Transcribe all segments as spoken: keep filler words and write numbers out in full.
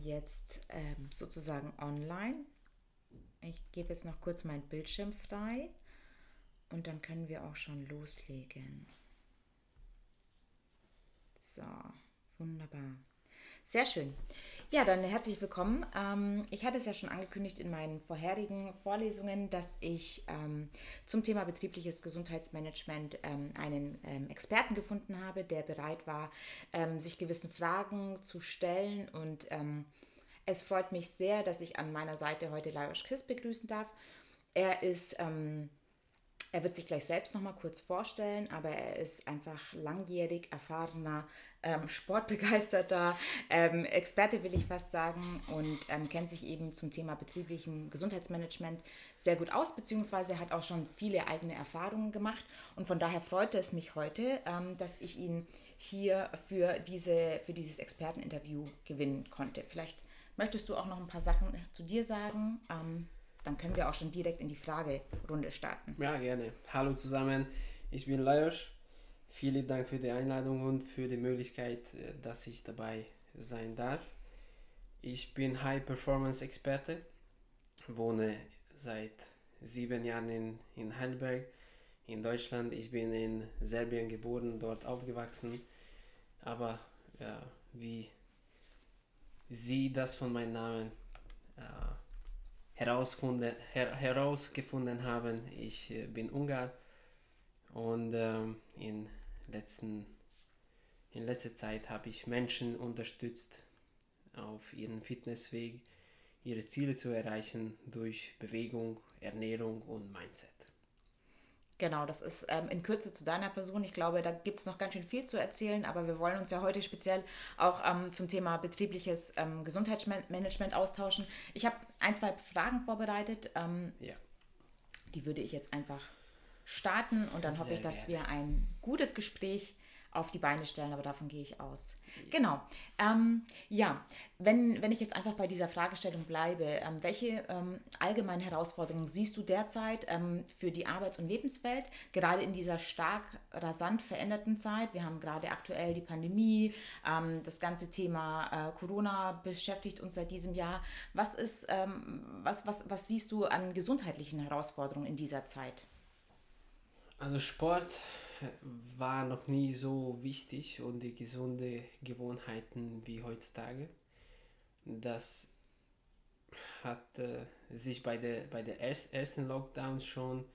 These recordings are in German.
jetzt ähm, sozusagen online. Ich gebe jetzt noch kurz meinen Bildschirm frei und dann können wir auch schon loslegen. So, wunderbar. Sehr schön. Ja, dann herzlich willkommen. Ähm, ich hatte es ja schon angekündigt in meinen vorherigen Vorlesungen, dass ich ähm, zum Thema betriebliches Gesundheitsmanagement ähm, einen ähm, Experten gefunden habe, der bereit war, ähm, sich gewissen Fragen zu stellen. Und ähm, es freut mich sehr, dass ich an meiner Seite heute Lajos Chris begrüßen darf. Er ist ähm, er wird sich gleich selbst noch mal kurz vorstellen, aber er ist einfach langjährig erfahrener ähm, sportbegeisterter ähm, Experte, will ich fast sagen, und ähm, kennt sich eben zum Thema betrieblichem Gesundheitsmanagement sehr gut aus, beziehungsweise hat auch schon viele eigene Erfahrungen gemacht. Und von daher freute es mich heute, ähm, dass ich ihn hier für, diese, für dieses Experteninterview gewinnen konnte. Vielleicht möchtest du auch noch ein paar Sachen zu dir sagen? Ähm, dann können wir auch schon direkt in die Fragerunde starten. Ja, gerne. Hallo zusammen, ich bin Lajos. Vielen Dank für die Einladung und für die Möglichkeit, äh, dass ich dabei sein darf. Ich bin High-Performance-Experte, wohne seit sieben Jahren in, in Heidelberg in Deutschland. Ich bin in Serbien geboren, dort aufgewachsen. Aber ja, wie Sie das von meinem Namen äh, herausgefunden, her, herausgefunden haben, ich äh, bin Ungar und ähm, in, letzten, in letzter Zeit habe ich Menschen unterstützt, auf ihren Fitnessweg ihre Ziele zu erreichen durch Bewegung, Ernährung und Mindset. Genau, das ist ähm, in Kürze zu deiner Person. Ich glaube, da gibt es noch ganz schön viel zu erzählen, aber wir wollen uns ja heute speziell auch ähm, zum Thema betriebliches ähm, Gesundheitsmanagement austauschen. Ich habe ein, zwei Fragen vorbereitet, ähm, Ja, die würde ich jetzt einfach starten und dann hoffe ich, sehr dass gerne. wir ein gutes Gespräch auf die Beine stellen, aber davon gehe ich aus. Genau. Ähm, ja, wenn, wenn ich jetzt einfach bei dieser Fragestellung bleibe, ähm, welche ähm, allgemeinen Herausforderungen siehst du derzeit ähm, für die Arbeits- und Lebenswelt, gerade in dieser stark rasant veränderten Zeit? Wir haben gerade aktuell die Pandemie, ähm, das ganze Thema äh, Corona beschäftigt uns seit diesem Jahr. Was ist, ähm, was, was, was siehst du an gesundheitlichen Herausforderungen in dieser Zeit? Also Sport war noch nie so wichtig und die gesunde Gewohnheiten wie heutzutage. Das hat äh, sich bei der, bei der erst, ersten Lockdown schon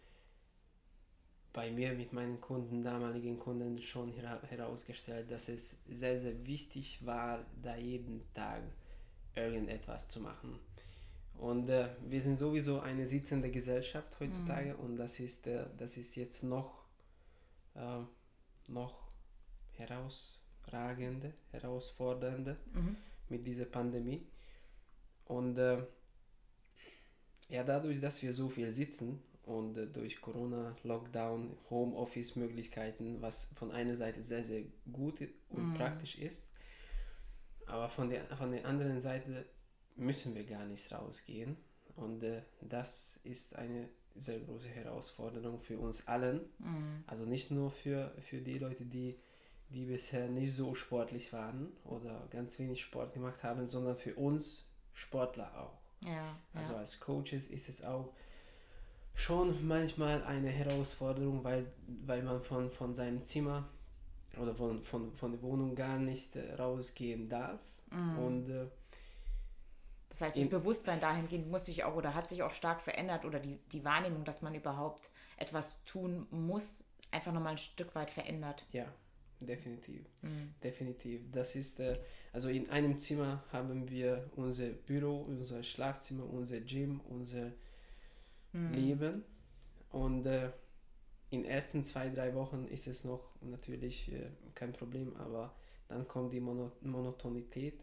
bei mir mit meinen Kunden, damaligen Kunden schon hera herausgestellt, dass es sehr, sehr wichtig war, da jeden Tag irgendetwas zu machen. Und äh, wir sind sowieso eine sitzende Gesellschaft heutzutage und das ist, äh, das ist jetzt noch, äh, noch herausragende, herausfordernde Mhm. mit dieser Pandemie. Und äh, ja, dadurch, dass wir so viel sitzen und äh, durch Corona, Lockdown, Homeoffice-Möglichkeiten, was von einer Seite sehr, sehr gut und Mm, praktisch ist, aber von der, von der anderen Seite müssen wir gar nicht rausgehen. Und äh, das ist eine sehr große Herausforderung für uns allen. mm. Also nicht nur für, für die Leute, die, die bisher nicht so sportlich waren oder ganz wenig Sport gemacht haben, sondern für uns Sportler auch. Ja, Also ja. als Coaches ist es auch schon manchmal eine Herausforderung, weil, weil man von, von seinem Zimmer oder von, von, von der Wohnung gar nicht äh, rausgehen darf. Mm. Und äh, Das heißt, das in, Bewusstsein dahingehend muss sich auch oder hat sich auch stark verändert oder die, die Wahrnehmung, dass man überhaupt etwas tun muss, einfach nochmal ein Stück weit verändert. ja, definitiv. Mm. Definitiv. Das ist, äh, also in einem Zimmer haben wir unser Büro, unser Schlafzimmer, unser Gym, unser Mm. Leben. Und äh, in den ersten zwei, drei Wochen ist es noch natürlich äh, kein Problem, aber dann kommt die Mono Monotonität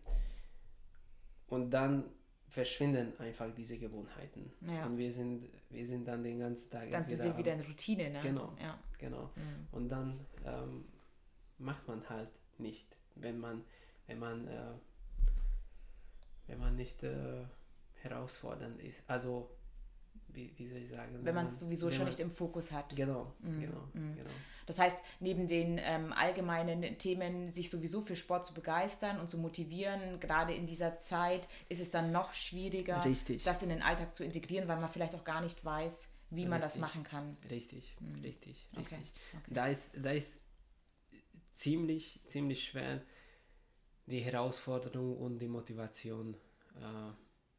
und dann verschwinden einfach diese Gewohnheiten. Ja, Und wir sind, wir sind dann den ganzen Tag dann sind entweder wir wieder am, in Routine, ne? genau, Ja. genau. Mm. Und dann ähm, macht man halt nicht, wenn man, wenn man, äh, wenn man nicht äh, herausfordernd ist. Also wie, wie soll ich sagen? Wenn man es sowieso schon man, nicht im Fokus hat. Genau, Mhm. genau, Mhm. genau. Das heißt, neben den ähm, allgemeinen Themen, sich sowieso für Sport zu begeistern und zu motivieren, gerade in dieser Zeit, ist es dann noch schwieriger, Richtig. das in den Alltag zu integrieren, weil man vielleicht auch gar nicht weiß, wie man Richtig. das machen kann. Richtig, Mhm. richtig, richtig. Okay. Okay. Da ist, da ist ziemlich, ziemlich schwer, die Herausforderung und die Motivation äh,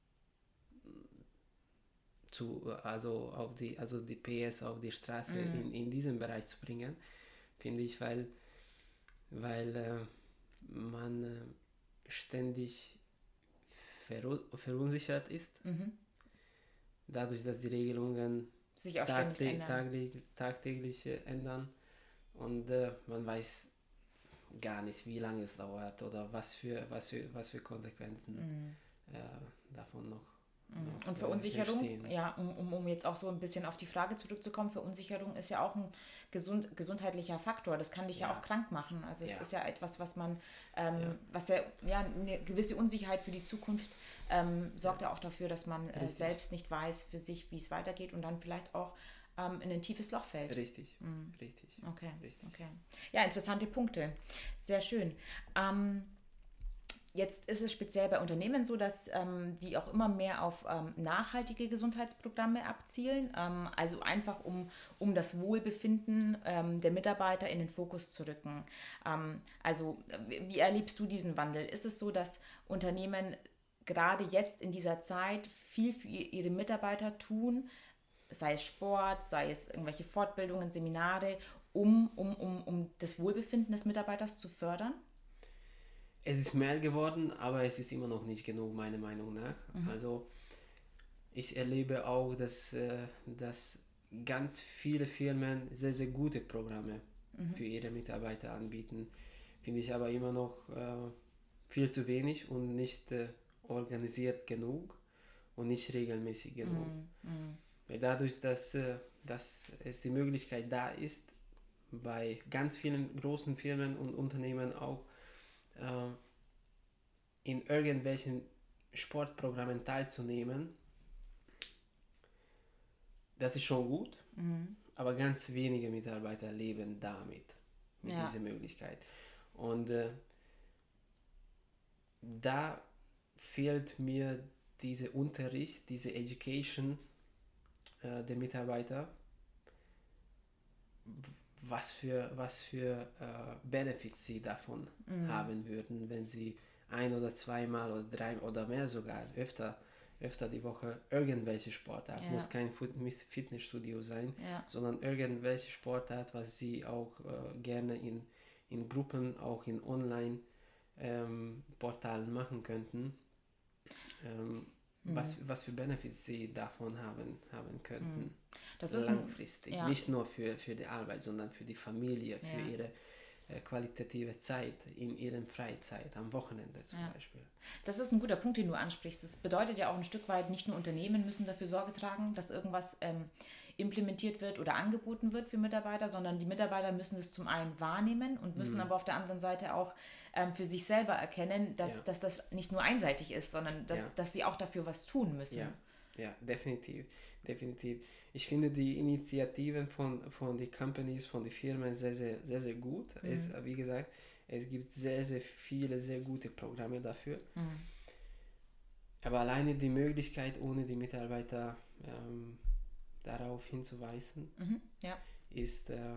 zu, also auf die, also die P S auf die Straße Mhm. in, in diesem Bereich zu bringen, finde ich, weil, weil äh, man äh, ständig verru verunsichert ist, Mhm. dadurch, dass die Regelungen Sich auch ständig tagtä ändern. tagtäglich, tagtäglich äh, ändern und äh, man weiß gar nicht, wie lange es dauert oder was für, was für, was für Konsequenzen Mhm. äh, davon noch, Mhm. noch Und äh, Verunsicherung, entstehen. ja, um, um, um jetzt auch so ein bisschen auf die Frage zurückzukommen, Verunsicherung ist ja auch ein gesund, gesundheitlicher Faktor. Das kann dich ja, Ja. auch krank machen. Also es Ja. ist ja etwas, was man, ähm, Ja. was ja, ja, eine gewisse Unsicherheit für die Zukunft ähm, sorgt ja. ja auch dafür, dass man äh, Richtig. selbst nicht weiß für sich, wie es weitergeht und dann vielleicht auch ähm, in ein tiefes Loch fällt. Richtig, Mhm. richtig. Okay. Richtig. Okay. Ja, interessante Punkte. Sehr schön. Ähm, Jetzt ist es speziell bei Unternehmen so, dass ähm, die auch immer mehr auf ähm, nachhaltige Gesundheitsprogramme abzielen, ähm, also einfach um, um das Wohlbefinden ähm, der Mitarbeiter in den Fokus zu rücken. Ähm, also wie, wie erlebst du diesen Wandel? Ist es so, dass Unternehmen gerade jetzt in dieser Zeit viel für ihre Mitarbeiter tun, sei es Sport, sei es irgendwelche Fortbildungen, Seminare, um, um, um, um das Wohlbefinden des Mitarbeiters zu fördern? Es ist mehr geworden, aber es ist immer noch nicht genug, meiner Meinung nach. Mhm. Also ich erlebe auch, dass, äh, dass ganz viele Firmen sehr, sehr gute Programme Mhm. für ihre Mitarbeiter anbieten. Finde ich aber immer noch äh, viel zu wenig und nicht äh, organisiert genug und nicht regelmäßig genug. Mhm. Weil dadurch, dass, äh, dass es die Möglichkeit da ist, bei ganz vielen großen Firmen und Unternehmen auch äh, in irgendwelchen Sportprogrammen teilzunehmen, das ist schon gut, Mhm. aber ganz wenige Mitarbeiter leben damit, mit Ja. dieser Möglichkeit. Und äh, da fehlt mir dieser Unterricht, diese Education äh, der Mitarbeiter, was für, was für äh, Benefits sie davon Mhm. haben würden, wenn sie ein oder zweimal oder drei oder mehr sogar öfter, öfter die Woche irgendwelche Sportart, Ja. muss kein Fut- Fitnessstudio sein, Ja. sondern irgendwelche Sportart, was sie auch äh, gerne in, in Gruppen, auch in Online-Portalen ähm, machen könnten. Ähm, Mhm. was, was für Benefits sie davon haben, haben könnten. Mhm. Das ist ein, Langfristig. ja. Nicht nur für, für die Arbeit, sondern für die Familie, für Ja. ihre äh, qualitative Zeit in ihrer Freizeit, am Wochenende zum Ja. Beispiel. Das ist ein guter Punkt, den du ansprichst. Das bedeutet ja auch ein Stück weit, nicht nur Unternehmen müssen dafür Sorge tragen, dass irgendwas ähm, implementiert wird oder angeboten wird für Mitarbeiter, sondern die Mitarbeiter müssen es zum einen wahrnehmen und müssen Mhm. aber auf der anderen Seite auch ähm, für sich selber erkennen, dass, Ja. dass das nicht nur einseitig ist, sondern dass, Ja. dass sie auch dafür was tun müssen. Ja, ja, definitiv, definitiv. Ich finde die Initiativen von, von den Companies, von den Firmen sehr, sehr, sehr, sehr gut. Mhm. Es, wie gesagt, es gibt sehr, sehr viele, sehr gute Programme dafür. Mhm. Aber alleine die Möglichkeit, ohne die Mitarbeiter ähm, darauf hinzuweisen, Mhm. Ja, ist, äh,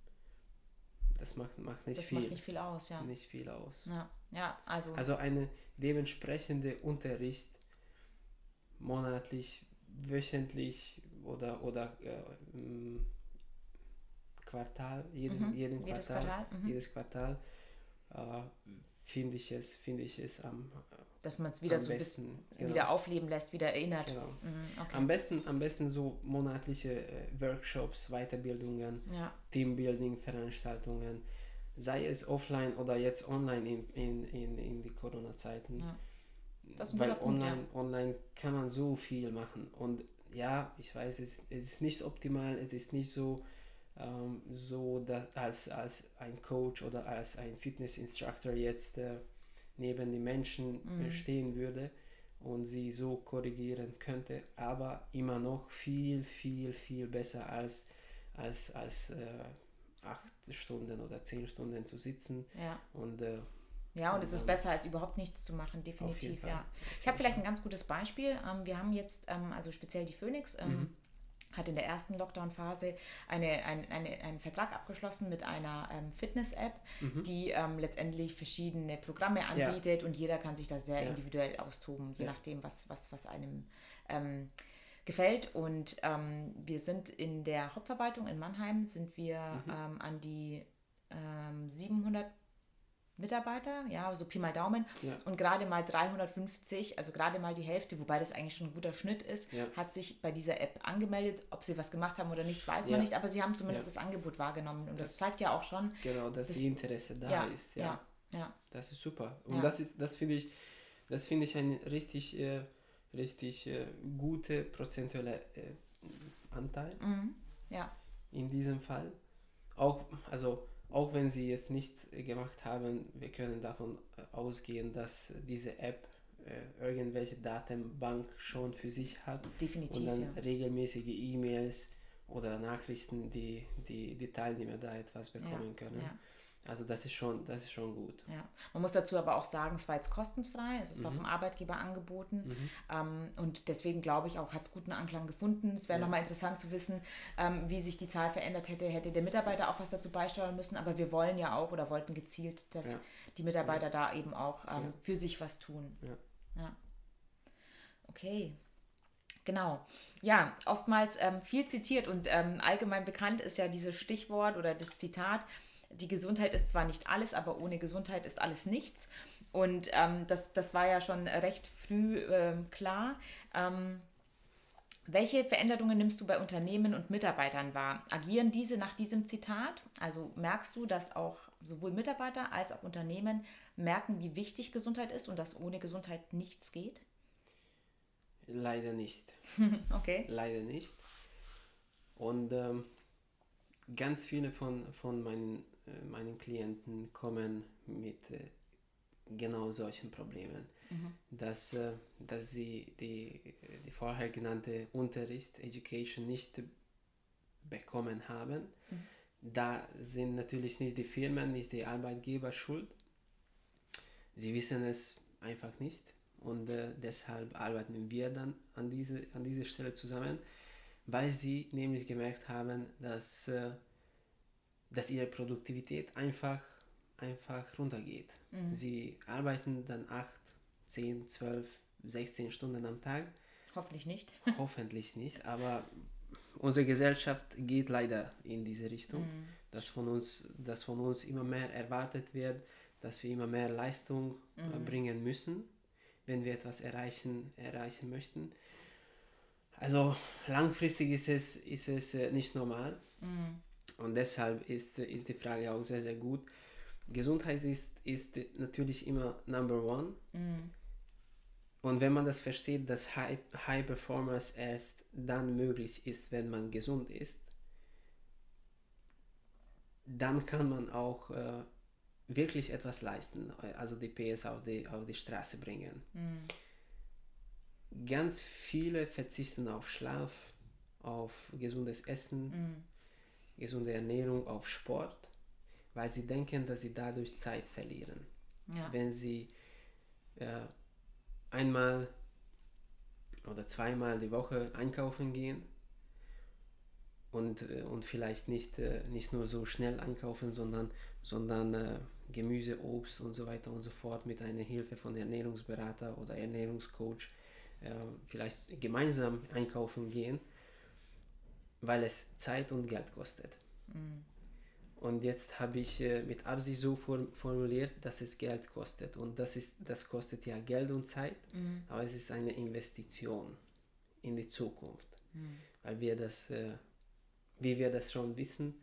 das macht, macht nicht das viel. macht nicht viel aus, ja. Nicht viel aus. Ja, ja, also, Also eine dementsprechende Unterricht monatlich, wöchentlich oder, oder äh, m, Quartal, jeden, mhm. jeden jedes Quartal, Quartal, mhm. jedes Quartal äh, finde ich es, finde ich es am, dass man es wieder am so besten, bis, genau. wieder aufleben lässt, wieder erinnert. Genau. Mhm. Okay. Am besten, am besten so monatliche äh, Workshops, Weiterbildungen, Ja. Teambuilding-Veranstaltungen, sei es offline oder jetzt online in, in, in, in die Corona-Zeiten. Ja. Das ist ein Weil guter Punkt, online, ja. online kann man so viel machen. Und ja, ich weiß, es, es ist nicht optimal, es ist nicht so, ähm, so dass als, als ein Coach oder als ein Fitness-Instructor jetzt äh, neben den Menschen äh, Mhm. stehen würde und sie so korrigieren könnte, aber immer noch viel, viel, viel besser als, als, als äh, acht Stunden oder zehn Stunden zu sitzen. Ja. Und, äh, ja, und es ist besser, als überhaupt nichts zu machen, definitiv, ja. Ich habe vielleicht ein ganz gutes Beispiel. Ähm, wir haben jetzt, ähm, also speziell die Phoenix, ähm, mhm. hat in der ersten Lockdown-Phase eine, ein, eine, einen Vertrag abgeschlossen mit einer ähm, Fitness-App, mhm. die ähm, letztendlich verschiedene Programme anbietet, ja. und jeder kann sich da sehr ja. individuell austoben, je ja. nachdem, was, was, was einem ähm, gefällt. Und ähm, wir sind in der Hauptverwaltung in Mannheim, sind wir mhm. ähm, an die ähm, siebenhundert Mitarbeiter, ja, so Pi mal Daumen, ja. und gerade mal dreihundertfünfzig, also gerade mal die Hälfte, wobei das eigentlich schon ein guter Schnitt ist, ja. hat sich bei dieser App angemeldet. Ob sie was gemacht haben oder nicht, weiß ja. man nicht, aber sie haben zumindest ja. das Angebot wahrgenommen, und das, das zeigt ja auch schon, genau, dass das, die Interesse da ja, ist. Ja. Ja, ja. Das ist super. Und ja. das ist, das finde ich, das finde ich ein richtig, äh, richtig äh, gute prozentuelle äh, Anteil mhm. ja. in diesem Fall. Auch, also Auch wenn sie jetzt nichts gemacht haben, wir können davon ausgehen, dass diese App äh, irgendwelche Datenbank schon für sich hat. Definitiv, und dann ja. regelmäßige E-Mails oder Nachrichten, die, die die Teilnehmer da etwas bekommen ja, können. Ja. Also das ist schon, das ist schon gut. Ja. Man muss dazu aber auch sagen, es war jetzt kostenfrei, es war mhm. vom Arbeitgeber angeboten, mhm. ähm, und deswegen glaube ich auch, hat es guten Anklang gefunden. Es wäre ja. nochmal interessant zu wissen, ähm, wie sich die Zahl verändert hätte, hätte der Mitarbeiter auch was dazu beisteuern müssen, aber wir wollen ja auch oder wollten gezielt, dass ja. die Mitarbeiter ja. da eben auch ähm, ja. für sich was tun. Ja. Ja. Okay. Genau. Ja, oftmals ähm, viel zitiert und ähm, allgemein bekannt ist ja dieses Stichwort oder das Zitat: Die Gesundheit ist zwar nicht alles, aber ohne Gesundheit ist alles nichts. Und ähm, das, das war ja schon recht früh ähm, klar. Ähm, welche Veränderungen nimmst du bei Unternehmen und Mitarbeitern wahr? Agieren diese nach diesem Zitat? Also merkst du, dass auch sowohl Mitarbeiter als auch Unternehmen merken, wie wichtig Gesundheit ist und dass ohne Gesundheit nichts geht? Leider nicht. Okay. Leider nicht. Und ähm, ganz viele von, von meinen meinen Klienten kommen mit äh, genau solchen Problemen, mhm. dass, äh, dass sie die, die vorher genannte Unterricht, Education, nicht bekommen haben. Mhm. Da sind natürlich nicht die Firmen, nicht die Arbeitgeber schuld. Sie wissen es einfach nicht, und äh, deshalb arbeiten wir dann an diese, an dieser Stelle zusammen, weil sie nämlich gemerkt haben, dass äh, dass ihre Produktivität einfach, einfach runtergeht. Mhm. Sie arbeiten dann acht, zehn, zwölf, sechzehn Stunden am Tag. Hoffentlich nicht. Hoffentlich nicht, aber unsere Gesellschaft geht leider in diese Richtung, mhm. dass, von uns, dass von uns immer mehr erwartet wird, dass wir immer mehr Leistung mhm. äh, bringen müssen, wenn wir etwas erreichen, erreichen möchten. Also langfristig ist es, ist es äh, nicht normal. Mhm. Und deshalb ist, ist die Frage auch sehr, sehr gut. Gesundheit ist, ist natürlich immer Number One. Mm. Und wenn man das versteht, dass High, High Performance erst dann möglich ist, wenn man gesund ist, dann kann man auch äh, wirklich etwas leisten, also die P S auf die, auf die Straße bringen. Mm. Ganz viele verzichten auf Schlaf, auf gesundes Essen, mm. gesunde Ernährung, auf Sport, weil sie denken, dass sie dadurch Zeit verlieren. Ja. Wenn sie äh, einmal oder zweimal die Woche einkaufen gehen und, äh, und vielleicht nicht, äh, nicht nur so schnell einkaufen, sondern, sondern äh, Gemüse, Obst und so weiter und so fort mit einer Hilfe von Ernährungsberater oder Ernährungscoach äh, vielleicht gemeinsam einkaufen gehen, weil es Zeit und Geld kostet. Mhm. Und jetzt habe ich äh, mit Absicht so for- formuliert, dass es Geld kostet. Und das, ist, das kostet ja Geld und Zeit, mhm. aber es ist eine Investition in die Zukunft. Mhm. Weil wir das, äh, wie wir das schon wissen,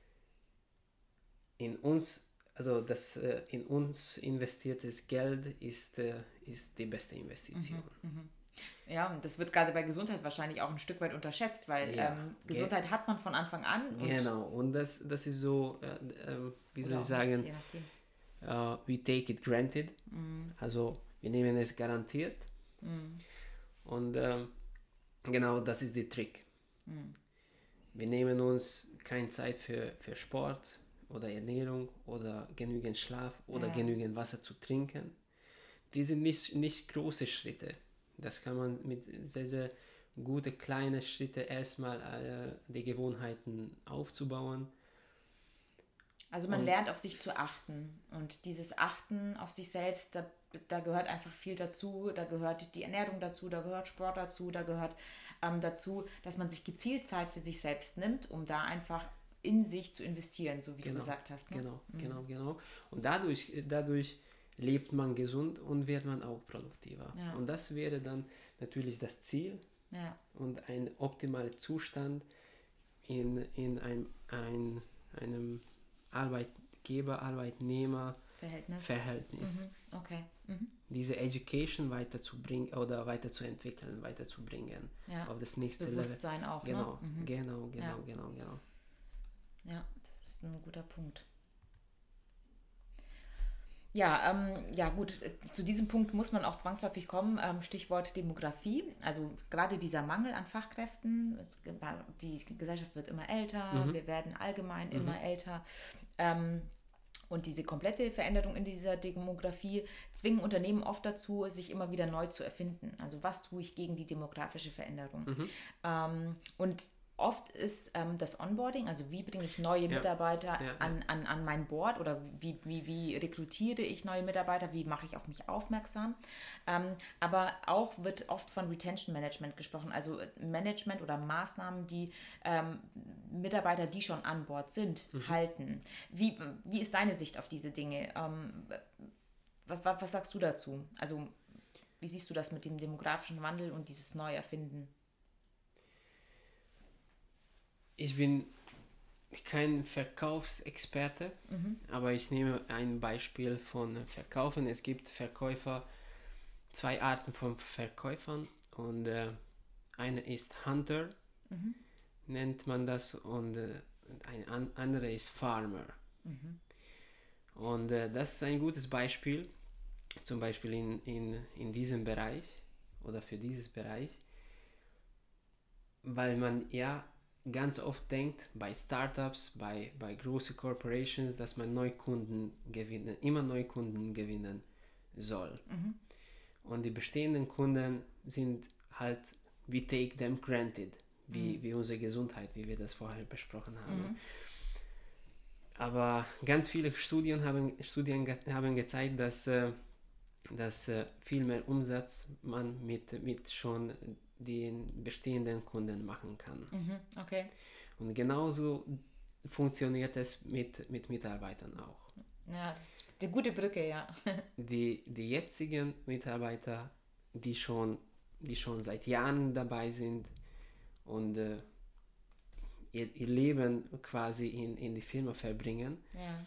in uns, also das äh, in uns investiertes Geld ist, äh, ist die beste Investition. Mhm. Mhm. Ja, und das wird gerade bei Gesundheit wahrscheinlich auch ein Stück weit unterschätzt, weil ja, ähm, Gesundheit ge- hat man von Anfang an. Und genau, und das, das ist so, äh, äh, wie soll ich sagen, nicht, uh, we take it granted. Mm. Also wir nehmen es garantiert Mhm. Und ähm, genau das ist der Trick. Mhm. Wir nehmen uns keine Zeit für, für Sport oder Ernährung oder genügend Schlaf oder Ja. genügend Wasser zu trinken. Die sind nicht, nicht große Schritte. Das kann man mit sehr, sehr gute kleine Schritte erstmal äh, die Gewohnheiten aufzubauen. Also man Und lernt auf sich zu achten und dieses Achten auf sich selbst, da, da gehört einfach viel dazu, da gehört die Ernährung dazu, da gehört Sport dazu, da gehört ähm, dazu, dass man sich gezielt Zeit für sich selbst nimmt, um da einfach in sich zu investieren, so wie genau, du gesagt hast. Ne? genau, mhm. genau, genau. Und dadurch, dadurch lebt man gesund und wird man auch produktiver. Ja. Und das wäre dann natürlich das Ziel ja. und ein optimaler Zustand in, in ein, ein, einem Arbeitgeber, Arbeitnehmer Verhältnis. Verhältnis. Mhm. Okay. Mhm. Diese Education weiterzubringen oder weiterzuentwickeln, weiterzubringen. Ja. Auf das nächste das Bewusstsein Level. auch. Genau, Ne? Mhm. genau, genau, ja. genau, genau. Ja, das ist ein guter Punkt. Ja, ähm, ja gut, zu diesem Punkt muss man auch zwangsläufig kommen. Ähm, Stichwort Demografie. Also gerade dieser Mangel an Fachkräften. Es, die Gesellschaft wird immer älter, Mhm. wir werden allgemein Mhm. immer älter. Ähm, und diese komplette Veränderung in dieser Demografie zwingen Unternehmen oft dazu, sich immer wieder neu zu erfinden. Also was tue ich gegen die demografische Veränderung? Mhm. Ähm, und oft ist ähm, das Onboarding, also wie bringe ich neue Ja. Mitarbeiter Ja, ja. An, an, an mein Board oder wie, wie, wie rekrutiere ich neue Mitarbeiter, wie mache ich auf mich aufmerksam. Ähm, aber auch wird oft von Retention Management gesprochen, also Management oder Maßnahmen, die ähm, Mitarbeiter, die schon an Bord sind, Mhm. halten. Wie, wie ist deine Sicht auf diese Dinge? Ähm, was, was sagst du dazu? Also wie siehst du das mit dem demografischen Wandel und dieses Neuerfinden? Ich bin kein Verkaufsexperte, Mhm. aber ich nehme ein Beispiel von Verkaufen. Es gibt Verkäufer, zwei Arten von Verkäufern und äh, eine ist Hunter, Mhm. nennt man das, und äh, ein an, andere ist Farmer. Mhm. Und äh, das ist ein gutes Beispiel, zum Beispiel in, in, in diesem Bereich oder für dieses Bereich, weil man ja ganz oft denkt, bei Startups, bei, bei großen Corporations, dass man Neukunden gewinnen, immer Neukunden gewinnen soll. Mhm. Und die bestehenden Kunden sind halt, we take them granted, wie, Mhm. wie unsere Gesundheit, wie wir das vorher besprochen haben. Mhm. Aber ganz viele Studien haben, Studien ge- haben gezeigt, dass, äh, dass äh, viel mehr Umsatz man mit, mit schon den bestehenden Kunden machen kann. Mhm. Okay. Und genauso funktioniert es mit, mit Mitarbeitern auch. Ja, das ist eine gute Brücke, ja. Die, die jetzigen Mitarbeiter, die schon, die schon seit Jahren dabei sind und äh, ihr, ihr Leben quasi in, in die Firma verbringen, Ja.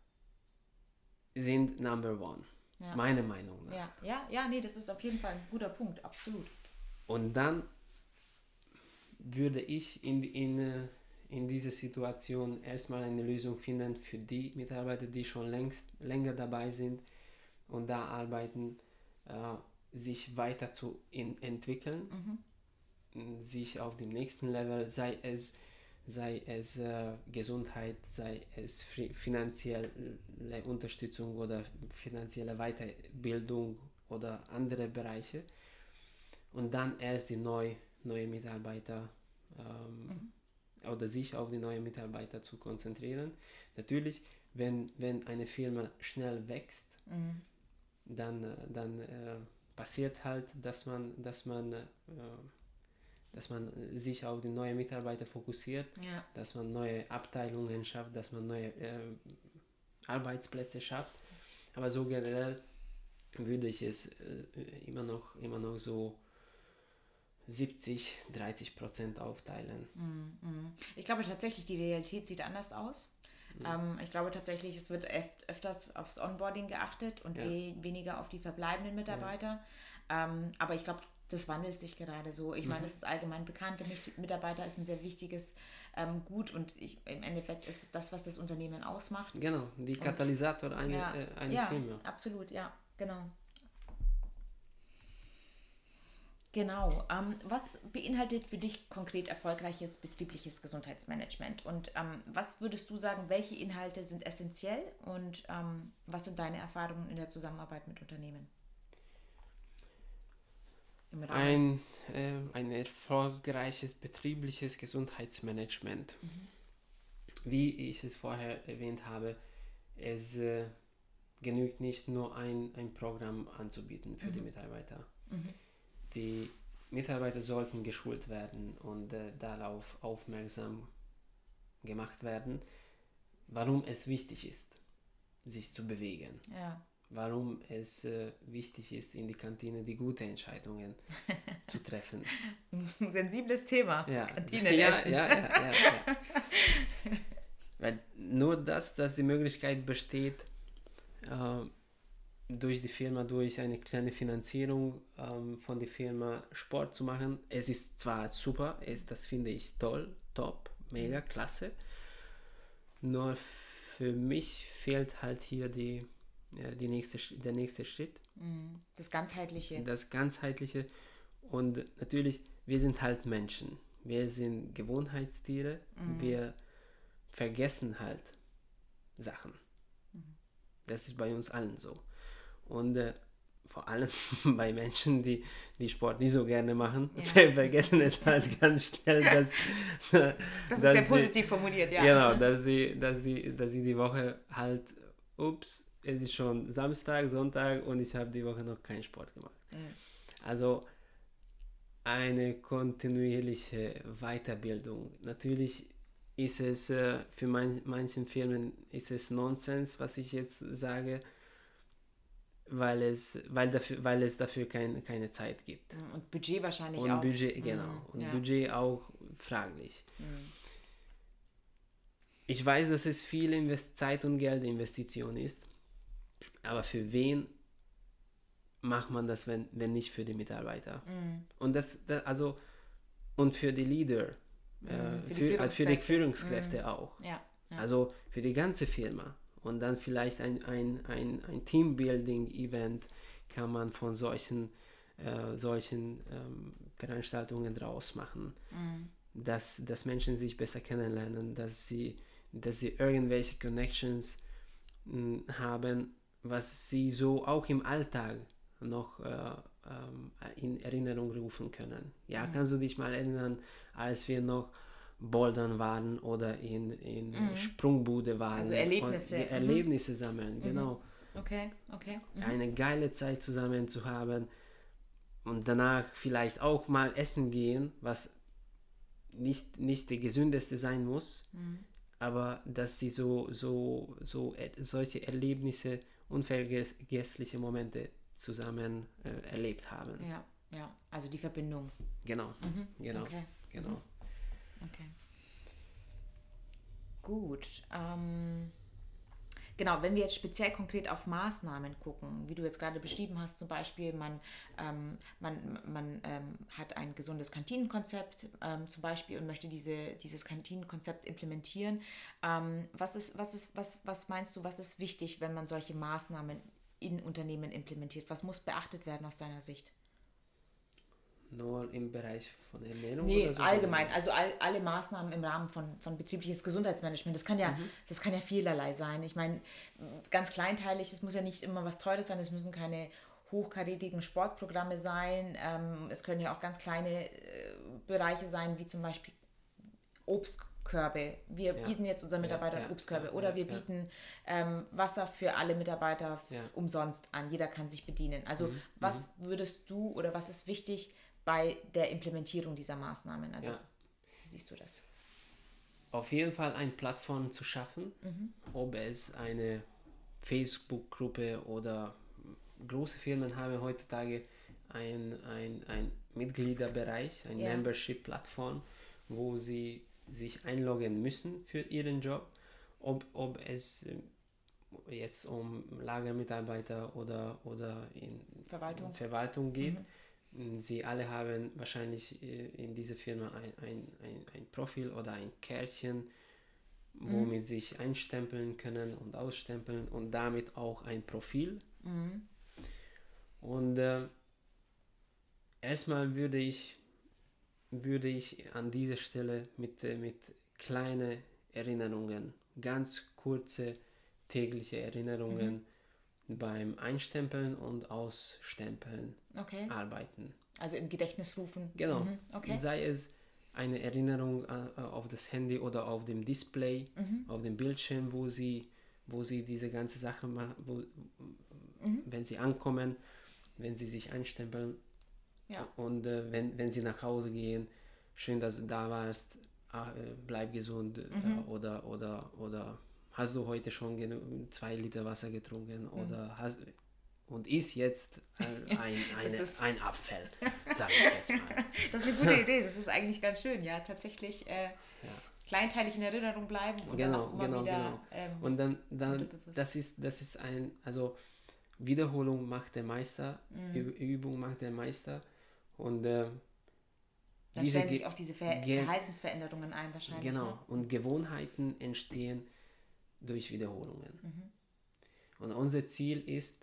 sind Number One. Ja. Meiner Meinung nach. Ja, ja, ja, nee, das ist auf jeden Fall ein guter Punkt, absolut. Und dann würde ich in, in, in dieser Situation erstmal eine Lösung finden für die Mitarbeiter, die schon längst länger dabei sind und da arbeiten, äh, sich weiter zu in, entwickeln, Mhm. sich auf dem nächsten Level, sei es, sei es äh, Gesundheit, sei es fi- finanzielle Unterstützung oder finanzielle Weiterbildung oder andere Bereiche, und dann erst die neu, neue Mitarbeiter ähm, Mhm. oder sich auf die neuen Mitarbeiter zu konzentrieren. Natürlich, wenn, wenn eine Firma schnell wächst, Mhm. dann, äh, dann äh, passiert halt, dass man, dass man, äh, dass man sich auf die neuen Mitarbeiter fokussiert, Ja. dass man neue Abteilungen schafft, dass man neue äh, Arbeitsplätze schafft. Aber so generell würde ich es äh, immer noch, immer noch so siebzig, dreißig Prozent aufteilen. Mhm. Ich glaube tatsächlich, die Realität sieht anders aus. Mhm. Ähm, ich glaube tatsächlich, es wird öf- öfters aufs Onboarding geachtet und Ja. we- weniger auf die verbleibenden Mitarbeiter. Ähm, aber ich glaube, das wandelt sich gerade so. Ich Mhm. meine, es ist allgemein bekannt, der Mit- Mitarbeiter ist ein sehr wichtiges ähm, Gut und ich, im Endeffekt ist es das, was das Unternehmen ausmacht. Genau, die Katalysator einer Ja, äh, eine ja, Firma. absolut, ja, genau. Genau. Ähm, was beinhaltet für dich konkret erfolgreiches betriebliches Gesundheitsmanagement? Und ähm, was würdest du sagen, welche Inhalte sind essentiell und ähm, was sind deine Erfahrungen in der Zusammenarbeit mit Unternehmen? Im Rahmen. Ein, äh, ein erfolgreiches betriebliches Gesundheitsmanagement. Mhm. Wie ich es vorher erwähnt habe, es äh, genügt nicht nur ein, ein Programm anzubieten für Mhm. die Mitarbeiter. Mhm. Die Mitarbeiter sollten geschult werden und äh, darauf aufmerksam gemacht werden, warum es wichtig ist, sich zu bewegen. Ja. Warum es äh, wichtig ist, in die Kantine die guten Entscheidungen zu treffen. Ein sensibles Thema. Ja, Kantine ja, essen. ja, ja, ja, ja. Weil nur das, dass die Möglichkeit besteht, äh, durch die Firma, durch eine kleine Finanzierung ähm, von der Firma Sport zu machen. Es ist zwar super, es, das finde ich toll, top, mega, klasse. Nur für mich fehlt halt hier die, ja, die nächste, der nächste Schritt. Das Ganzheitliche. Das Ganzheitliche. Und natürlich, wir sind halt Menschen. Wir sind Gewohnheitstiere. Mhm. Wir vergessen halt Sachen. Mhm. Das ist bei uns allen so. Und äh, vor allem bei Menschen, die, die Sport nicht so gerne machen, ja. vergessen es halt ganz schnell, dass... das ist dass sehr sie, positiv formuliert, ja. Genau, dass sie, dass, die, dass sie die Woche halt, ups, es ist schon Samstag, Sonntag und ich habe die Woche noch keinen Sport gemacht. Mhm. Also eine kontinuierliche Weiterbildung. Natürlich ist es äh, für man, manchen Firmen ist es Nonsens, was ich jetzt sage, weil es, weil dafür, weil es dafür kein, keine Zeit gibt. Und Budget wahrscheinlich und auch. Budget, genau. Mm, und ja. Budget auch fraglich. Mm. Ich weiß, dass es viel Invest- Zeit und Geldinvestition ist, aber für wen macht man das, wenn, wenn nicht für die Mitarbeiter? Mm. Und das, das, also, und für die Leader, mm, äh, für, die für, für die Führungskräfte mm. auch. Ja, ja. Also für die ganze Firma. Und dann vielleicht ein, ein, ein, ein Teambuilding-Event kann man von solchen, äh, solchen ähm, Veranstaltungen draus machen. Mhm. Dass, dass Menschen sich besser kennenlernen, dass sie, dass sie irgendwelche Connections mh, haben, was sie so auch im Alltag noch äh, ähm, in Erinnerung rufen können. Ja, mhm. Kannst du dich mal erinnern, als wir noch Bouldern waren oder in, in mhm. Sprungbude waren. Also Erlebnisse. Und Erlebnisse mhm. sammeln, genau. Okay, okay. Mhm. Eine geile Zeit zusammen zu haben und danach vielleicht auch mal essen gehen, was nicht, nicht der gesündeste sein muss, mhm. aber dass sie so, so, so er, solche Erlebnisse, unvergessliche Momente zusammen äh, erlebt haben. Ja, ja, also die Verbindung. Genau, mhm. genau, okay. genau. Mhm. Okay. Gut. Ähm, genau, wenn wir jetzt speziell konkret auf Maßnahmen gucken, wie du jetzt gerade beschrieben hast, zum Beispiel, man, ähm, man, man ähm, hat ein gesundes Kantinenkonzept ähm, zum Beispiel und möchte diese, dieses Kantinenkonzept implementieren. Ähm, was ist, was ist, was, was meinst du, was ist wichtig, wenn man solche Maßnahmen in Unternehmen implementiert? Was muss beachtet werden aus deiner Sicht? Nur im Bereich von Ernährung? Nee, oder so? allgemein. Also all, alle Maßnahmen im Rahmen von, von betriebliches Gesundheitsmanagement. Das kann ja, mhm. das kann ja vielerlei sein. Ich meine, ganz kleinteilig, es muss ja nicht immer was Teures sein, es müssen keine hochkarätigen Sportprogramme sein. Ähm, es können ja auch ganz kleine äh, Bereiche sein, wie zum Beispiel Obstkörbe. Wir ja. bieten jetzt unseren Mitarbeitern ja, ja, Obstkörbe ja, oder ja, wir ja. bieten ähm, Wasser für alle Mitarbeiter f- ja. umsonst an. Jeder kann sich bedienen. Also mhm. was würdest du oder was ist wichtig bei der Implementierung dieser Maßnahmen? Also, ja. wie siehst du das? Auf jeden Fall eine Plattform zu schaffen, mhm. ob es eine Facebook-Gruppe oder große Firmen haben heutzutage ein, ein, ein Mitgliederbereich, eine ja. Membership-Plattform, wo sie sich einloggen müssen für ihren Job, ob, ob es jetzt um Lagermitarbeiter oder, oder in Verwaltung, Verwaltung geht. Mhm. Sie alle haben wahrscheinlich in dieser Firma ein, ein, ein, ein Profil oder ein Kärtchen, womit mhm. sie sich einstempeln können und ausstempeln und damit auch ein Profil. Mhm. Und äh, erstmal würde ich, würde ich an dieser Stelle mit, äh, mit kleinen Erinnerungen, ganz kurze tägliche Erinnerungen mhm. beim Einstempeln und Ausstempeln okay. arbeiten. Also im Gedächtnis rufen. Genau. Mhm. Okay. Sei es eine Erinnerung äh, auf das Handy oder auf dem Display, mhm. auf dem Bildschirm, wo sie, wo sie diese ganze Sache machen, wo, mhm. wenn sie ankommen, wenn sie sich einstempeln ja. und äh, wenn, wenn sie nach Hause gehen, schön, dass du da warst, äh, bleib gesund mhm. äh, oder, oder, oder hast du heute schon genug, zwei Liter Wasser getrunken mhm. oder hast und ist jetzt ein, ein, eine, ist, ein Apfel, sage ich jetzt mal. Das ist eine gute Idee, das ist eigentlich ganz schön, ja, tatsächlich äh, ja. kleinteilig in Erinnerung bleiben und genau, dann auch immer genau, wieder genau. Ähm, und dann, dann das ist, das ist ein, also Wiederholung macht der Meister, mhm. Übung macht der Meister und äh, dann diese stellen sich auch diese Ver- Ge- Verhaltensveränderungen ein wahrscheinlich. Genau, ne? Und Gewohnheiten entstehen durch Wiederholungen. Mhm. Und unser Ziel ist,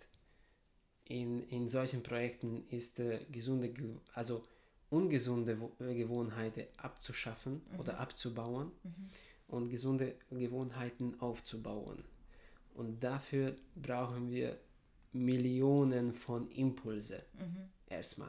In, in solchen Projekten ist äh, gesunde, also ungesunde Gewohnheiten abzuschaffen mhm. oder abzubauen mhm. und gesunde Gewohnheiten aufzubauen. Und dafür brauchen wir Millionen von Impulse mhm. erstmal.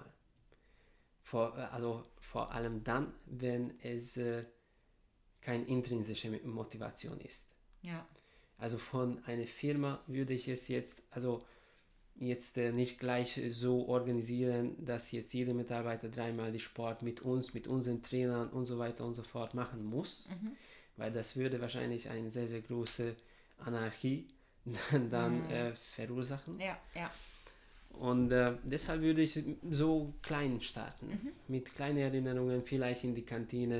Vor, also vor allem dann, wenn es äh, keine intrinsische Motivation ist. Ja. Also von einer Firma würde ich es jetzt, also jetzt äh, nicht gleich so organisieren, dass jetzt jeder Mitarbeiter dreimal die Sport mit uns, mit unseren Trainern und so weiter und so fort machen muss, mhm. weil das würde wahrscheinlich eine sehr, sehr große Anarchie dann mhm. äh, verursachen. Ja, ja. Und äh, deshalb würde ich so klein starten, mhm. mit kleinen Erinnerungen, vielleicht in die Kantine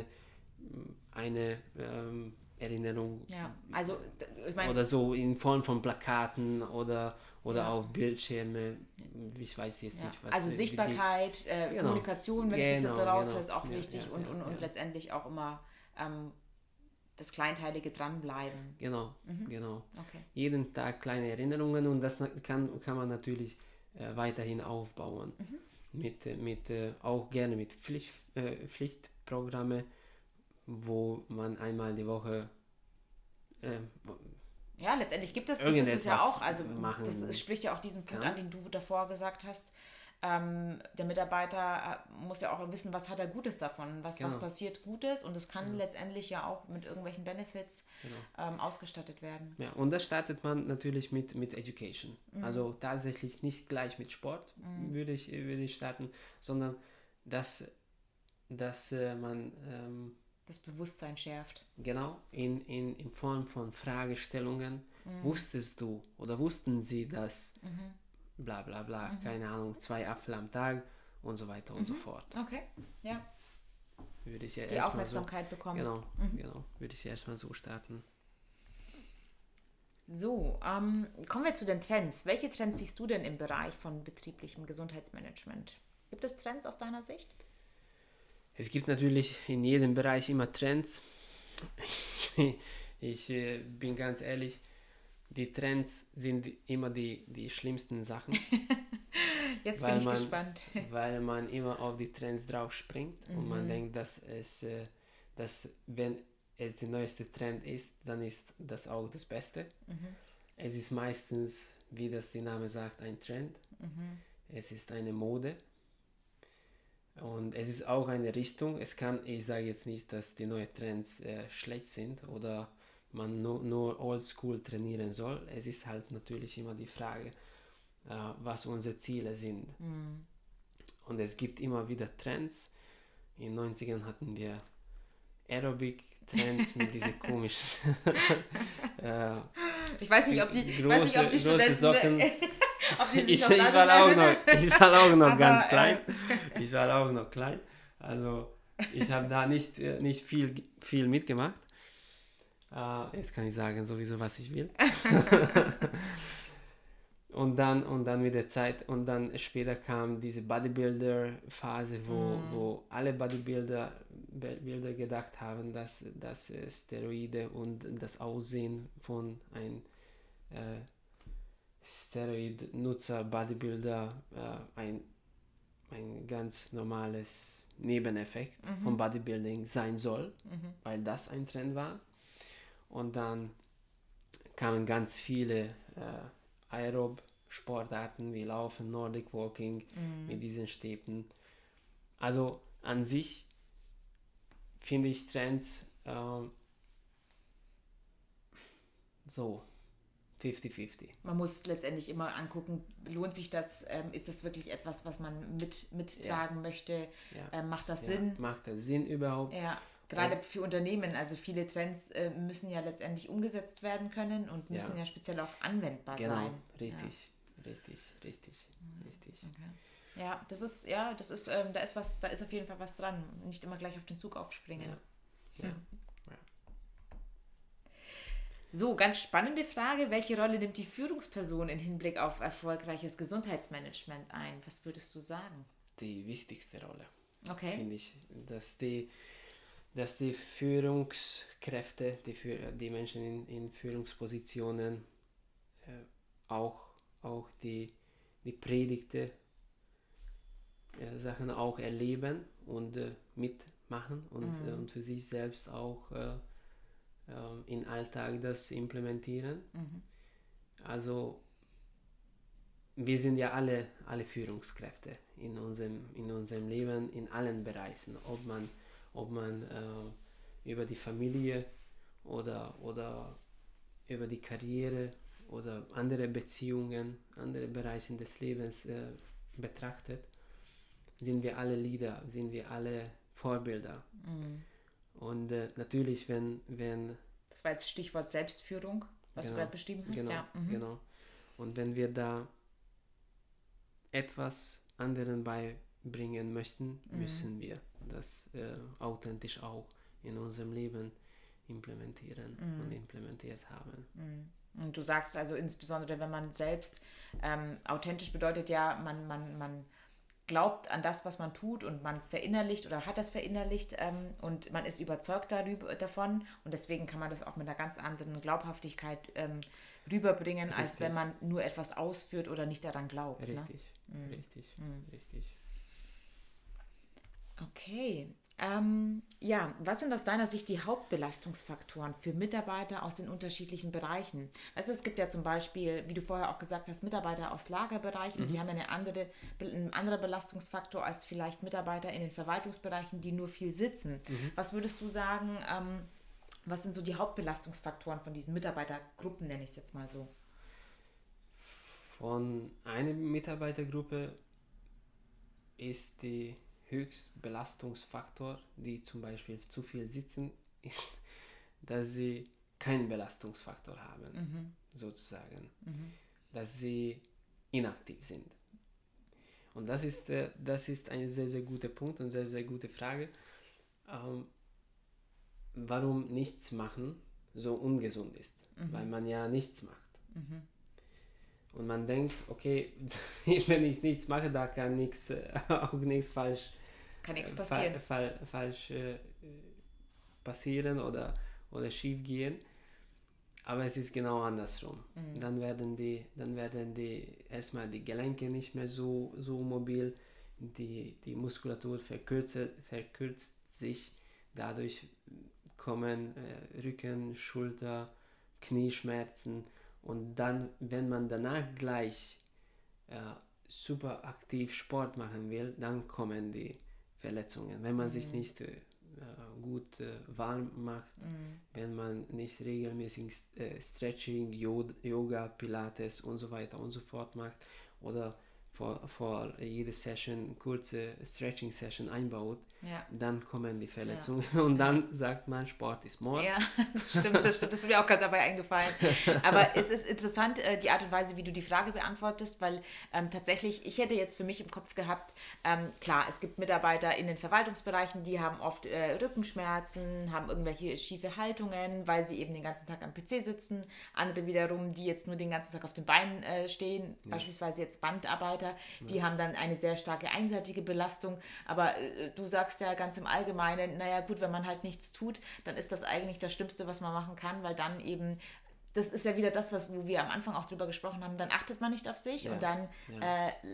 eine ähm, Erinnerung ja, also, ich mein, oder so in Form von Plakaten oder oder ja. auf Bildschirme, ich weiß jetzt ja. nicht, was. Also Sichtbarkeit, die, äh, genau. Kommunikation, wenn genau, ich das jetzt so raushöre, genau. ist auch ja, wichtig ja, und, ja, und, und ja. letztendlich auch immer ähm, das Kleinteilige dranbleiben. Genau, mhm. genau. Okay. Jeden Tag kleine Erinnerungen und das kann, kann man natürlich äh, weiterhin aufbauen. Mhm. Mit, mit, äh, auch gerne mit Pflicht, äh, Pflichtprogramme, wo man einmal die Woche äh, ja, letztendlich gibt es, gibt es das ja auch, also das, das spricht ja auch diesen Punkt kann. an, den du davor gesagt hast. Ähm, der Mitarbeiter muss ja auch wissen, was hat er Gutes davon, was, genau. was passiert Gutes und es kann genau. letztendlich ja auch mit irgendwelchen Benefits genau. ähm, ausgestattet werden. Ja, und das startet man natürlich mit, mit Education. Mhm. Also tatsächlich nicht gleich mit Sport mhm. würde ich, würde ich starten, sondern dass, dass äh, man ähm, das Bewusstsein schärft. Genau, in, in, in Form von Fragestellungen. Mhm. Wusstest du oder wussten sie das? Mhm. Bla bla bla, mhm. keine Ahnung, zwei Apfel am Tag und so weiter und mhm. so fort. Okay, ja. Würde ich ja die Aufmerksamkeit so, bekommen. Genau, mhm. genau, würde ich erstmal so starten. So, ähm, kommen wir zu den Trends. Welche Trends siehst du denn im Bereich von betrieblichem Gesundheitsmanagement? Gibt es Trends aus deiner Sicht? Es gibt natürlich in jedem Bereich immer Trends. Ich, ich äh, bin ganz ehrlich, die Trends sind immer die, die schlimmsten Sachen. Jetzt bin ich man, gespannt. Weil man immer auf die Trends drauf springt mhm. und man denkt, dass es, äh, dass wenn es der neueste Trend ist, dann ist das auch das Beste. Mhm. Es ist meistens, wie das der Name sagt, ein Trend. Mhm. Es ist eine Mode. Und es ist auch eine Richtung. Es kann, ich sage jetzt nicht, dass die neuen Trends äh, schlecht sind oder man nur, nur oldschool trainieren soll. Es ist halt natürlich immer die Frage, äh, was unsere Ziele sind. Mhm. Und es gibt immer wieder Trends. In den neunzigern hatten wir Aerobic-Trends mit diesen komischen äh, ich weiß nicht, ob die, große, ich weiß nicht, ob die Studenten Socken. ich, ich, war auch noch, ich war auch noch ganz klein. Äh, ich war auch noch klein. Also ich habe da nicht, nicht viel, viel mitgemacht. Uh, jetzt kann ich sagen sowieso, was ich will. und, dann, und dann mit der Zeit, und dann später kam diese Bodybuilder-Phase, wo, mm. wo alle Bodybuilder Bilder gedacht haben, dass, dass Steroide und das Aussehen von einem äh, Steroid-Nutzer, Bodybuilder, äh, ein ein ganz normales Nebeneffekt Mhm. von Bodybuilding sein soll, Mhm. weil das ein Trend war. Und dann kamen ganz viele äh, Aerob-Sportarten wie Laufen, Nordic Walking Mhm. mit diesen Stäben. Also an sich finde ich Trends ähm, so fünfzig fünfzig. Man muss letztendlich immer angucken, lohnt sich das, ähm, ist das wirklich etwas, was man mit, mittragen möchte, Ja. ähm, macht das Ja. Sinn? Macht das Sinn überhaupt? Ja, gerade für Unternehmen, also viele Trends äh, müssen ja letztendlich umgesetzt werden können und müssen ja, Ja. speziell auch anwendbar Genau, sein. richtig, richtig, richtig, richtig. Okay. Ja, das ist, ja, das ist, ähm, da ist was, da ist auf jeden Fall was dran. Nicht immer gleich auf den Zug aufspringen. Ja. Ja. So, ganz spannende Frage. Welche Rolle nimmt die Führungsperson im Hinblick auf erfolgreiches Gesundheitsmanagement ein? Was würdest du sagen? Die wichtigste Rolle, Okay. finde ich, dass die, dass die Führungskräfte, die, Führ die Menschen in, in Führungspositionen äh, auch, auch die, die Predigte äh, Sachen auch erleben und äh, mitmachen und, Mhm. äh, und für sich selbst auch äh, äh, im Alltag das implementieren. Mhm. Also wir sind ja alle, alle Führungskräfte in unserem, in unserem Leben, in allen Bereichen, ob man, ob man äh, über die Familie oder, oder über die Karriere oder andere Beziehungen, andere Bereiche des Lebens äh, betrachtet, sind wir alle Leader, sind wir alle Vorbilder. Mhm. Und äh, natürlich, wenn, wenn... Das war jetzt Stichwort Selbstführung, was genau, du gerade beschrieben hast. Genau, ja. Mhm. genau. Und wenn wir da etwas anderen beibringen möchten, Mhm. müssen wir das äh, authentisch auch in unserem Leben implementieren Mhm. und implementiert haben. Mhm. Und du sagst also insbesondere, wenn man selbst ähm, authentisch bedeutet ja, man, man, man glaubt an das, was man tut und man verinnerlicht oder hat das verinnerlicht ähm, und man ist überzeugt darüber, davon und deswegen kann man das auch mit einer ganz anderen Glaubhaftigkeit ähm, rüberbringen, Richtig. als wenn man nur etwas ausführt oder nicht daran glaubt. Richtig, Ne? Mhm. richtig, Mhm. richtig. Okay. Ähm, ja, was sind aus deiner Sicht die Hauptbelastungsfaktoren für Mitarbeiter aus den unterschiedlichen Bereichen? Weißt du, es gibt ja zum Beispiel, wie du vorher auch gesagt hast, Mitarbeiter aus Lagerbereichen, Mhm. die haben ja eine andere, einen anderen Belastungsfaktor als vielleicht Mitarbeiter in den Verwaltungsbereichen, die nur viel sitzen. Mhm. Was würdest du sagen, ähm, was sind so die Hauptbelastungsfaktoren von diesen Mitarbeitergruppen, nenne ich es jetzt mal so? Von einer Mitarbeitergruppe ist die Höchstbelastungsfaktor, die zum Beispiel zu viel sitzen, ist, dass sie keinen Belastungsfaktor haben, Mhm. sozusagen, Mhm. dass sie inaktiv sind. Und das ist, äh, das ist ein sehr, sehr guter Punkt und sehr, sehr gute Frage. Ähm, warum nichts machen so ungesund ist, Mhm. weil man ja nichts macht. Mhm. Und man denkt, okay, wenn ich nichts mache, da kann nichts, auch nichts falsch, Kann nichts äh, passieren. fa fa falsch äh, passieren oder, oder schief gehen. Aber es ist genau andersrum. Mhm. Dann werden die, dann werden die erstmal die Gelenke nicht mehr so, so mobil, die, die Muskulatur verkürzt, verkürzt sich, dadurch kommen äh, Rücken, Schulter, Knieschmerzen. Und dann, wenn man danach gleich äh, super aktiv Sport machen will, dann kommen die Verletzungen. Wenn man Mhm. sich nicht äh, gut äh, warm macht, Mhm. wenn man nicht regelmäßig äh, Stretching, Yoga, Pilates und so weiter und so fort macht oder vor, vor jede Session kurze Stretching Session einbaut, Ja. dann kommen die Verletzungen ja. und dann ja. sagt man, Sport ist Mord. Ja, das stimmt, das stimmt. Das ist mir auch gerade dabei eingefallen. Aber es ist interessant, äh, die Art und Weise, wie du die Frage beantwortest, weil ähm, tatsächlich, ich hätte jetzt für mich im Kopf gehabt, ähm, klar, es gibt Mitarbeiter in den Verwaltungsbereichen, die haben oft äh, Rückenschmerzen, haben irgendwelche schiefe Haltungen, weil sie eben den ganzen Tag am P C sitzen. Andere wiederum, die jetzt nur den ganzen Tag auf den Beinen äh, stehen, ja. beispielsweise jetzt Bandarbeiter, die ja. haben dann eine sehr starke einseitige Belastung. Aber äh, du sagst ja ganz im Allgemeinen, naja gut, wenn man halt nichts tut, dann ist das eigentlich das Schlimmste, was man machen kann, weil dann eben, das ist ja wieder das, was, wo wir am Anfang auch drüber gesprochen haben, dann achtet man nicht auf sich ja. und dann ja. äh,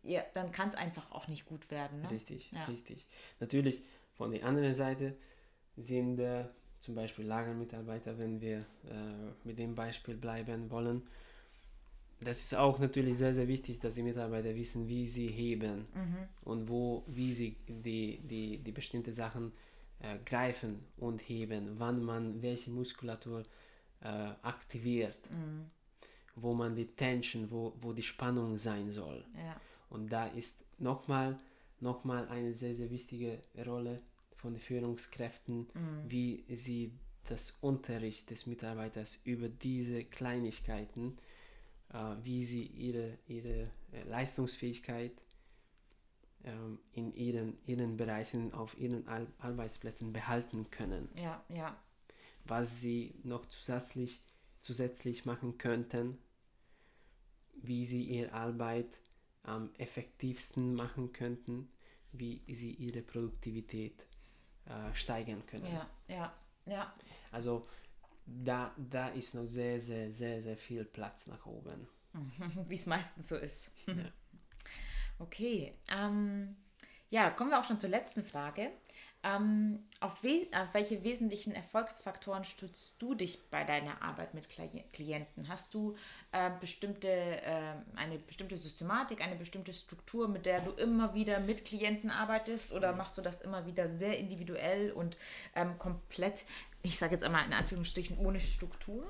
ja, dann kann es einfach auch nicht gut werden. Ne? Richtig, ja. richtig. Natürlich, von der anderen Seite sind äh, zum Beispiel Lagermitarbeiter, wenn wir äh, mit dem Beispiel bleiben wollen. Das ist auch natürlich sehr, sehr wichtig, dass die Mitarbeiter wissen, wie sie heben Mhm. und wo, wie sie die, die, die bestimmte Sachen äh, greifen und heben, wann man welche Muskulatur äh, aktiviert, Mhm. wo man die Tension, wo, wo die Spannung sein soll. Ja. Und da ist nochmal noch mal eine sehr, sehr wichtige Rolle von den Führungskräften, Mhm. wie sie das Unterricht des Mitarbeiters über diese Kleinigkeiten, äh, wie sie ihre, ihre äh, Leistungsfähigkeit ähm, in ihren, ihren Bereichen, auf ihren Ar- Arbeitsplätzen behalten können. Ja, ja. Was sie noch zusätzlich, zusätzlich machen könnten, wie sie ihre Arbeit am effektivsten machen könnten, wie sie ihre Produktivität äh, steigern können. Ja, ja, ja. Also da, da ist noch sehr, sehr, sehr, sehr viel Platz nach oben. Wie es meistens so ist. Ja. Okay. Ähm, ja, kommen wir auch schon zur letzten Frage. Ähm, auf, we auf welche wesentlichen Erfolgsfaktoren stützt du dich bei deiner Arbeit mit Kli Klienten? Hast du äh, bestimmte, äh, eine bestimmte Systematik, eine bestimmte Struktur, mit der du immer wieder mit Klienten arbeitest, oder machst du das immer wieder sehr individuell und ähm, komplett, ich sage jetzt einmal in Anführungsstrichen, ohne Struktur?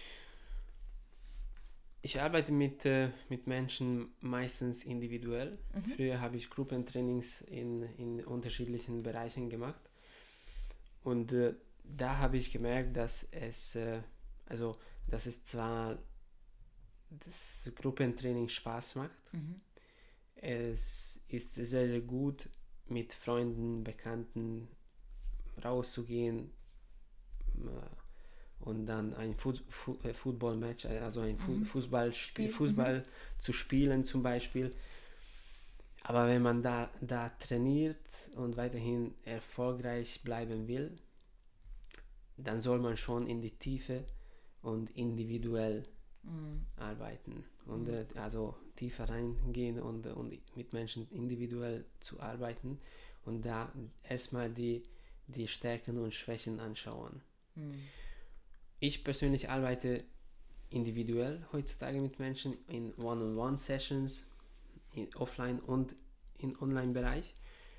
Ich arbeite mit, äh, mit Menschen meistens individuell. Mhm. Früher habe ich Gruppentrainings in, in unterschiedlichen Bereichen gemacht. Und äh, da habe ich gemerkt, dass es, äh, also, dass es zwar das Gruppentraining Spaß macht, mhm. es ist sehr, sehr gut, mit Freunden, Bekannten rauszugehen, äh, und dann ein Fu- Fu- äh, Football-Match, also ein Fu- Mhm. Fußballspiel, Spiel. Fußball Mhm. zu spielen zum Beispiel. Aber wenn man da, da trainiert und weiterhin erfolgreich bleiben will, dann soll man schon in die Tiefe und individuell mhm. arbeiten. Und mhm. äh, also tiefer reingehen und, und mit Menschen individuell zu arbeiten und da erstmal die, die Stärken und Schwächen anschauen. Mhm. Ich persönlich arbeite individuell heutzutage mit Menschen in One-on-One-Sessions, in Offline- und im Online-Bereich.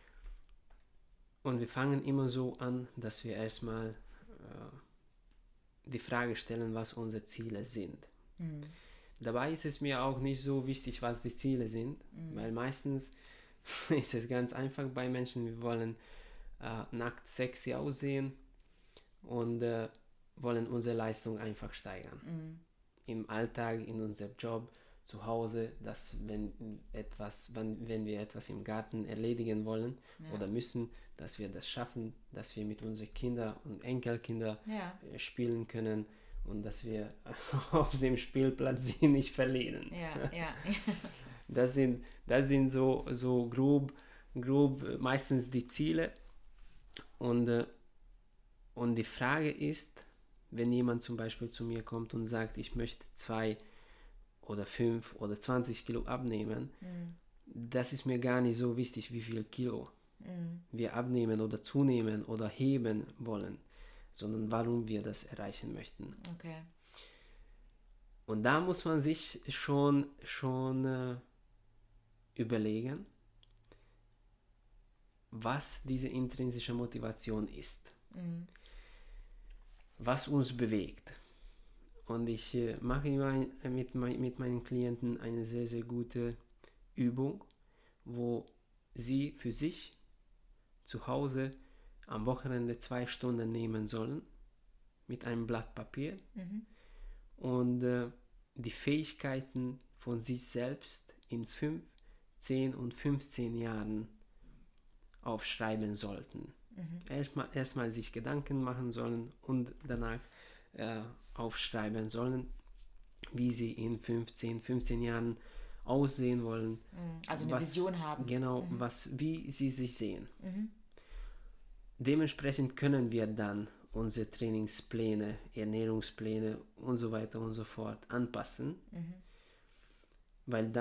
Und wir fangen immer so an, dass wir erstmal äh, die Frage stellen, was unsere Ziele sind. Mhm. Dabei ist es mir auch nicht so wichtig, was die Ziele sind, mhm. weil meistens ist es ganz einfach bei Menschen, wir wollen äh, nackt sexy aussehen und äh, wollen unsere Leistung einfach steigern. Mhm. Im Alltag, in unserem Job, zu Hause, dass wenn etwas, wenn, wenn wir etwas im Garten erledigen wollen ja. oder müssen, dass wir das schaffen, dass wir mit unseren Kindern und Enkelkindern ja. spielen können und dass wir auf dem Spielplatz sie nicht verlieren. Ja, ja. Das sind, das sind so, so grob, grob meistens die Ziele. Und, und die Frage ist, wenn jemand zum Beispiel zu mir kommt und sagt, ich möchte zwei oder fünf oder zwanzig Kilo abnehmen, mhm. das ist mir gar nicht so wichtig, wie viel Kilo mhm. wir abnehmen oder zunehmen oder heben wollen, sondern warum wir das erreichen möchten. Okay. Und da muss man sich schon, schon äh, überlegen, was diese intrinsische Motivation ist. Mhm. Was uns bewegt. Und ich äh, mache immer mit, mein, mit meinen Klienten eine sehr, sehr gute Übung, wo sie für sich zu Hause am Wochenende zwei Stunden nehmen sollen mit einem Blatt Papier mhm. und äh, die Fähigkeiten von sich selbst in fünf, zehn und fünfzehn Jahren aufschreiben sollten. Mhm. Erstmal, erstmal sich Gedanken machen sollen und danach äh, aufschreiben sollen, wie sie in fünfzehn, fünfzehn Jahren aussehen wollen. Also eine was, Vision haben. Genau, mhm. was, wie sie sich sehen. Mhm. Dementsprechend können wir dann unsere Trainingspläne, Ernährungspläne und so weiter und so fort anpassen, mhm. weil dann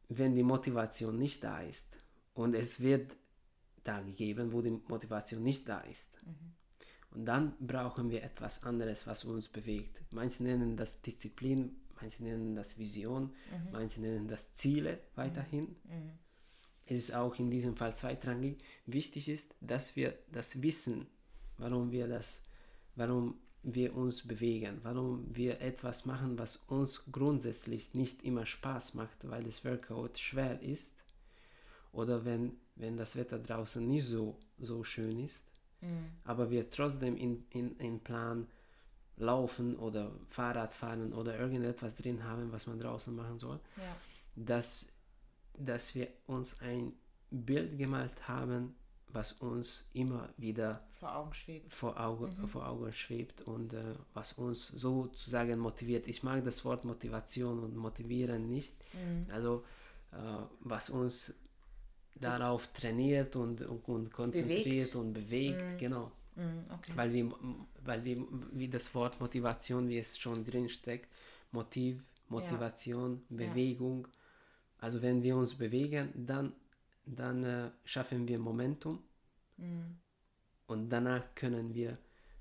wenn die Motivation nicht da ist und es wird da gegeben, wo die Motivation nicht da ist. Mhm. Und dann brauchen wir etwas anderes, was uns bewegt. Manche nennen das Disziplin, manche nennen das Vision, mhm. manche nennen das Ziele weiterhin. Mhm. Es ist auch in diesem Fall zweitrangig. Wichtig ist, dass wir das wissen, warum wir das, warum wir uns bewegen, warum wir etwas machen, was uns grundsätzlich nicht immer Spaß macht, weil das Workout schwer ist oder wenn, wenn das Wetter draußen nicht so, so schön ist, mhm. aber wir trotzdem in, in, in Plan laufen oder Fahrrad fahren oder irgendetwas drin haben, was man draußen machen soll, ja. dass, dass wir uns ein Bild gemalt haben, was uns immer wieder vor Augen schwebt, vor Augen, mhm. vor Augen schwebt und äh, was uns sozusagen motiviert. Ich mag das Wort Motivation und motivieren nicht. Mhm. Also äh, was uns darauf trainiert und, und, und konzentriert bewegt. und bewegt, mhm. genau. Mhm, okay. Weil, wir, weil wir, wie das Wort Motivation, wie es schon drin steckt, Motiv, Motivation, ja. Bewegung. Ja. Also wenn wir uns bewegen, dann dann äh, schaffen wir Momentum mhm. und danach können wir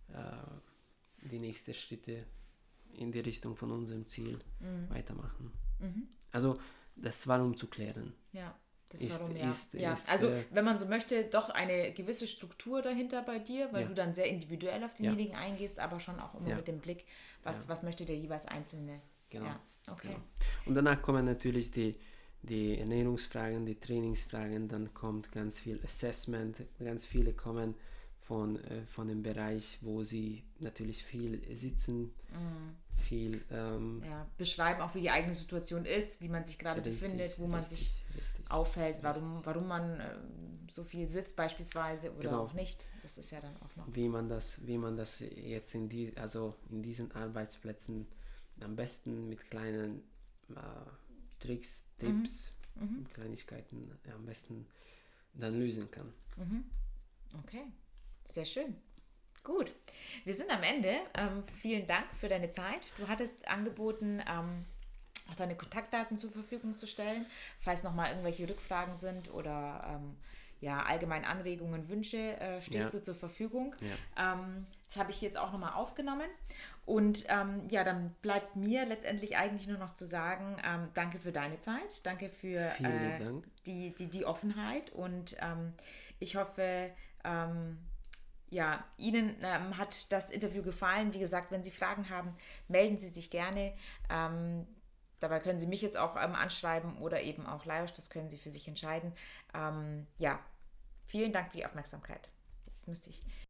äh, die nächsten Schritte in die Richtung von unserem Ziel mhm. weitermachen. Mhm. Also das war, um zu klären. Ja, das ist, warum, ja. Ist, ja. Ist, also äh, wenn man so möchte, doch eine gewisse Struktur dahinter bei dir, weil ja. du dann sehr individuell auf denjenigen ja. eingehst, aber schon auch immer ja. mit dem Blick, was, ja. was möchte der jeweils Einzelne. Genau. Ja. Okay. Genau. Und danach kommen natürlich die die Ernährungsfragen, die Trainingsfragen, dann kommt ganz viel Assessment, ganz viele kommen von, äh, von dem Bereich, wo sie natürlich viel sitzen, mm. viel ähm, ja, beschreiben auch, wie die eigene Situation ist, wie man sich gerade richtig, befindet, wo man richtig, sich richtig, aufhält, warum, warum man äh, so viel sitzt beispielsweise oder genau. auch nicht. Das ist ja dann auch noch. Wie man das, wie man das jetzt in die, also in diesen Arbeitsplätzen am besten mit kleinen äh, Tricks, Tipps, mhm. Kleinigkeiten ja, am besten dann lösen kann. Mhm. Okay, sehr schön. Gut, wir sind am Ende. Ähm, vielen Dank für deine Zeit. Du hattest angeboten, ähm, auch deine Kontaktdaten zur Verfügung zu stellen, falls nochmal irgendwelche Rückfragen sind oder ähm, ja, allgemein Anregungen, Wünsche, äh, stehst ja. du zur Verfügung. Ja. Ähm, das habe ich jetzt auch nochmal aufgenommen. Und ähm, ja, dann bleibt mir letztendlich eigentlich nur noch zu sagen, ähm, danke für deine Zeit, danke für äh, Dank. Die, die, die Offenheit und ähm, ich hoffe, ähm, ja, Ihnen ähm, hat das Interview gefallen. Wie gesagt, wenn Sie Fragen haben, melden Sie sich gerne. Ähm, Dabei können Sie mich jetzt auch ähm, anschreiben oder eben auch Lajos, das können Sie für sich entscheiden. Ähm, ja, vielen Dank für die Aufmerksamkeit. Jetzt müsste ich